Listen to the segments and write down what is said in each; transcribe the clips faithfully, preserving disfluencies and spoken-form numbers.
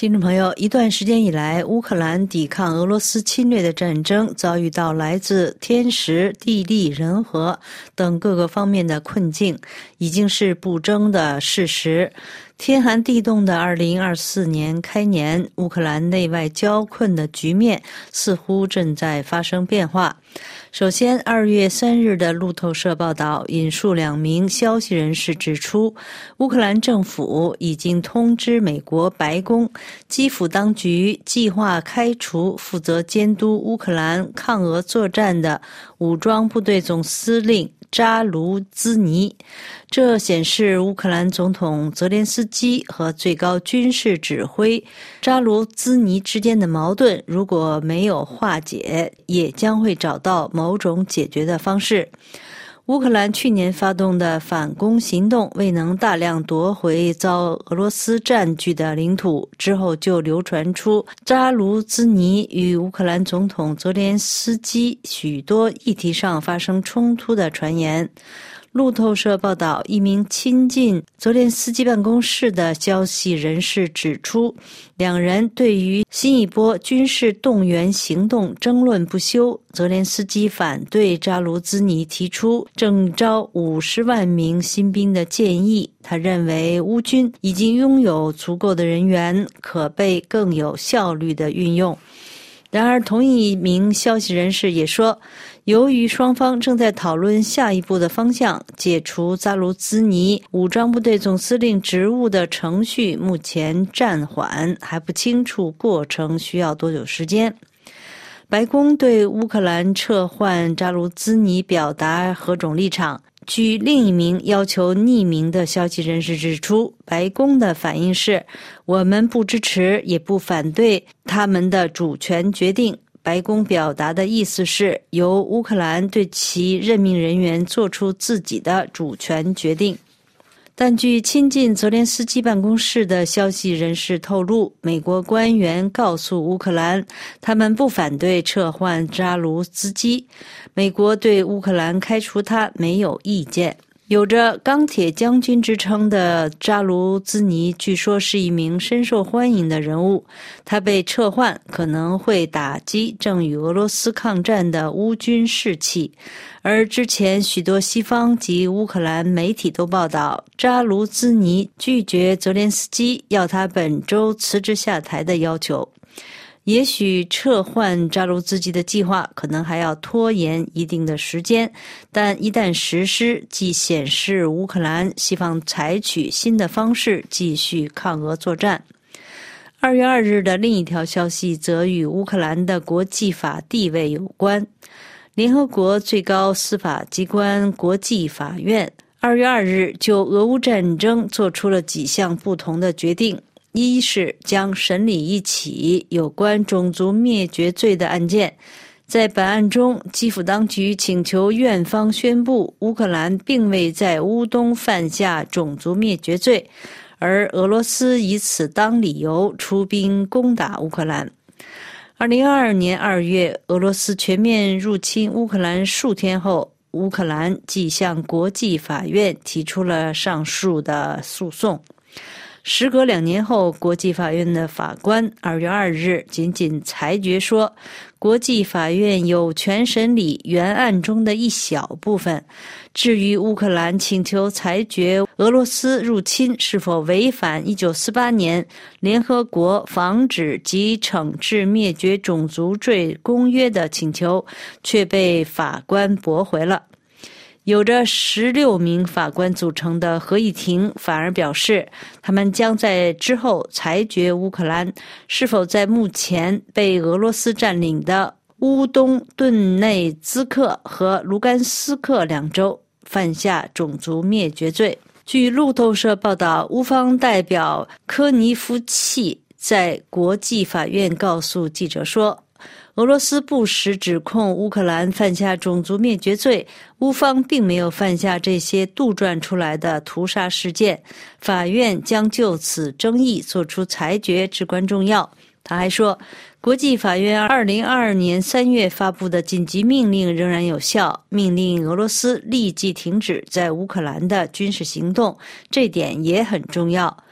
听众朋友，一段时间以来，乌克兰抵抗俄罗斯侵略的战争遭遇到来自天时、地利、人和等各个方面的困境，已经是不争的事实。天寒地冻的二零二四年开年，乌克兰内外交困的局面似乎正在发生变化。首先，二月三日的路透社报道引述两名消息人士指出，乌克兰政府已经通知美国白宫，基辅当局计划开除负责监督乌克兰抗俄作战的武装部队总司令扎卢兹尼。这显示乌克兰总统泽连斯基和最高军事指挥扎卢兹尼之间的矛盾如果没有化解，也将会找到某种解决的方式。乌克兰去年发动的反攻行动未能大量夺回遭俄罗斯占据的领土，之后就流传出扎卢兹尼与乌克兰总统泽连斯基许多议题上发生冲突的传言。路透社报道，一名亲近泽连斯基办公室的消息人士指出，两人对于新一波军事动员行动争论不休。泽连斯基反对扎卢兹尼提出征召五十万名新兵的建议，他认为乌军已经拥有足够的人员，可被更有效率地运用。然而，同一名消息人士也说，由于双方正在讨论下一步的方向，解除扎卢兹尼武装部队总司令职务的程序目前暂缓，还不清楚过程需要多久时间。白宫对乌克兰撤换扎卢兹尼表达何种立场。据另一名要求匿名的消息人士指出，白宫的反应是，我们不支持也不反对他们的主权决定。白宫表达的意思是由乌克兰对其任命人员做出自己的主权决定。但据亲近泽连斯基办公室的消息人士透露，美国官员告诉乌克兰，他们不反对撤换扎卢兹基，美国对乌克兰开除他没有意见。有着钢铁将军之称的扎卢兹尼据说是一名深受欢迎的人物，他被撤换可能会打击正与俄罗斯抗战的乌军士气。而之前许多西方及乌克兰媒体都报道，扎卢兹尼拒绝泽连斯基要他本周辞职下台的要求。也许撤换扎卢兹基的计划可能还要拖延一定的时间，但一旦实施，即显示乌克兰希望采取新的方式继续抗俄作战。二月二日的另一条消息则与乌克兰的国际法地位有关。联合国最高司法机关国际法院二月二日就俄乌战争做出了几项不同的决定。一是将审理一起有关种族灭绝罪的案件，在本案中，基辅当局请求院方宣布乌克兰并未在乌东犯下种族灭绝罪，而俄罗斯以此当理由出兵攻打乌克兰。二零二二年二月，俄罗斯全面入侵乌克兰数天后，乌克兰即向国际法院提出了上述的诉讼。时隔两年后，国际法院的法官二月二日仅仅裁决说，国际法院有权审理原案中的一小部分。至于乌克兰请求裁决俄罗斯入侵是否违反一九四八年联合国防止及惩治灭绝种族罪公约的请求，却被法官驳回了。有着十六名法官组成的合议庭反而表示，他们将在之后裁决乌克兰是否在目前被俄罗斯占领的乌东顿内兹克和卢甘斯克两州犯下种族灭绝罪。据路透社报道，乌方代表科尼夫契在国际法院告诉记者说，俄罗斯不实指控乌克兰犯下种族灭绝罪，乌方并没有犯下这些杜撰出来的屠杀事件，法院将就此争议作出裁决至关重要。他还说，国际法院二零二二年三月发布的紧急命令仍然有效，命令俄罗斯立即停止在乌克兰的军事行动，这点也很重要。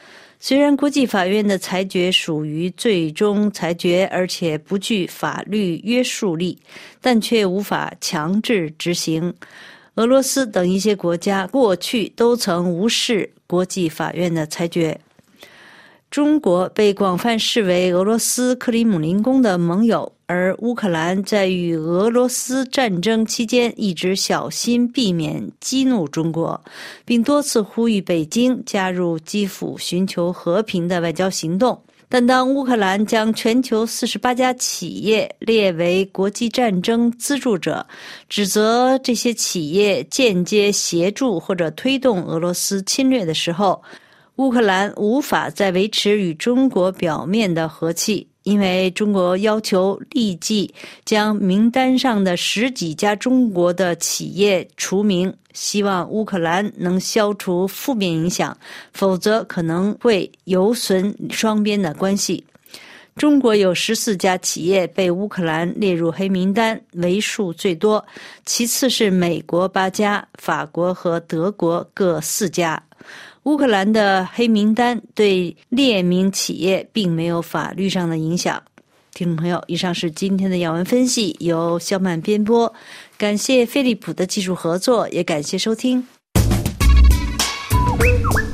虽然国际法院的裁决属于最终裁决，而且不具法律约束力，但却无法强制执行。俄罗斯等一些国家过去都曾无视国际法院的裁决。中国被广泛视为俄罗斯克里姆林宫的盟友，而乌克兰在与俄罗斯战争期间一直小心避免激怒中国，并多次呼吁北京加入基辅寻求和平的外交行动。但当乌克兰将全球四十八家企业列为国际战争资助者，指责这些企业间接协助或者推动俄罗斯侵略的时候，乌克兰无法再维持与中国表面的和气，因为中国要求立即将名单上的十几家中国的企业除名，希望乌克兰能消除负面影响，否则可能会有损双边的关系。中国有十四家企业被乌克兰列入黑名单，为数最多，其次是美国八家，法国和德国各四家。乌克兰的黑名单对列明企业并没有法律上的影响。听众朋友，以上是今天的要闻分析，由肖曼编播，感谢飞利浦的技术合作，也感谢收听。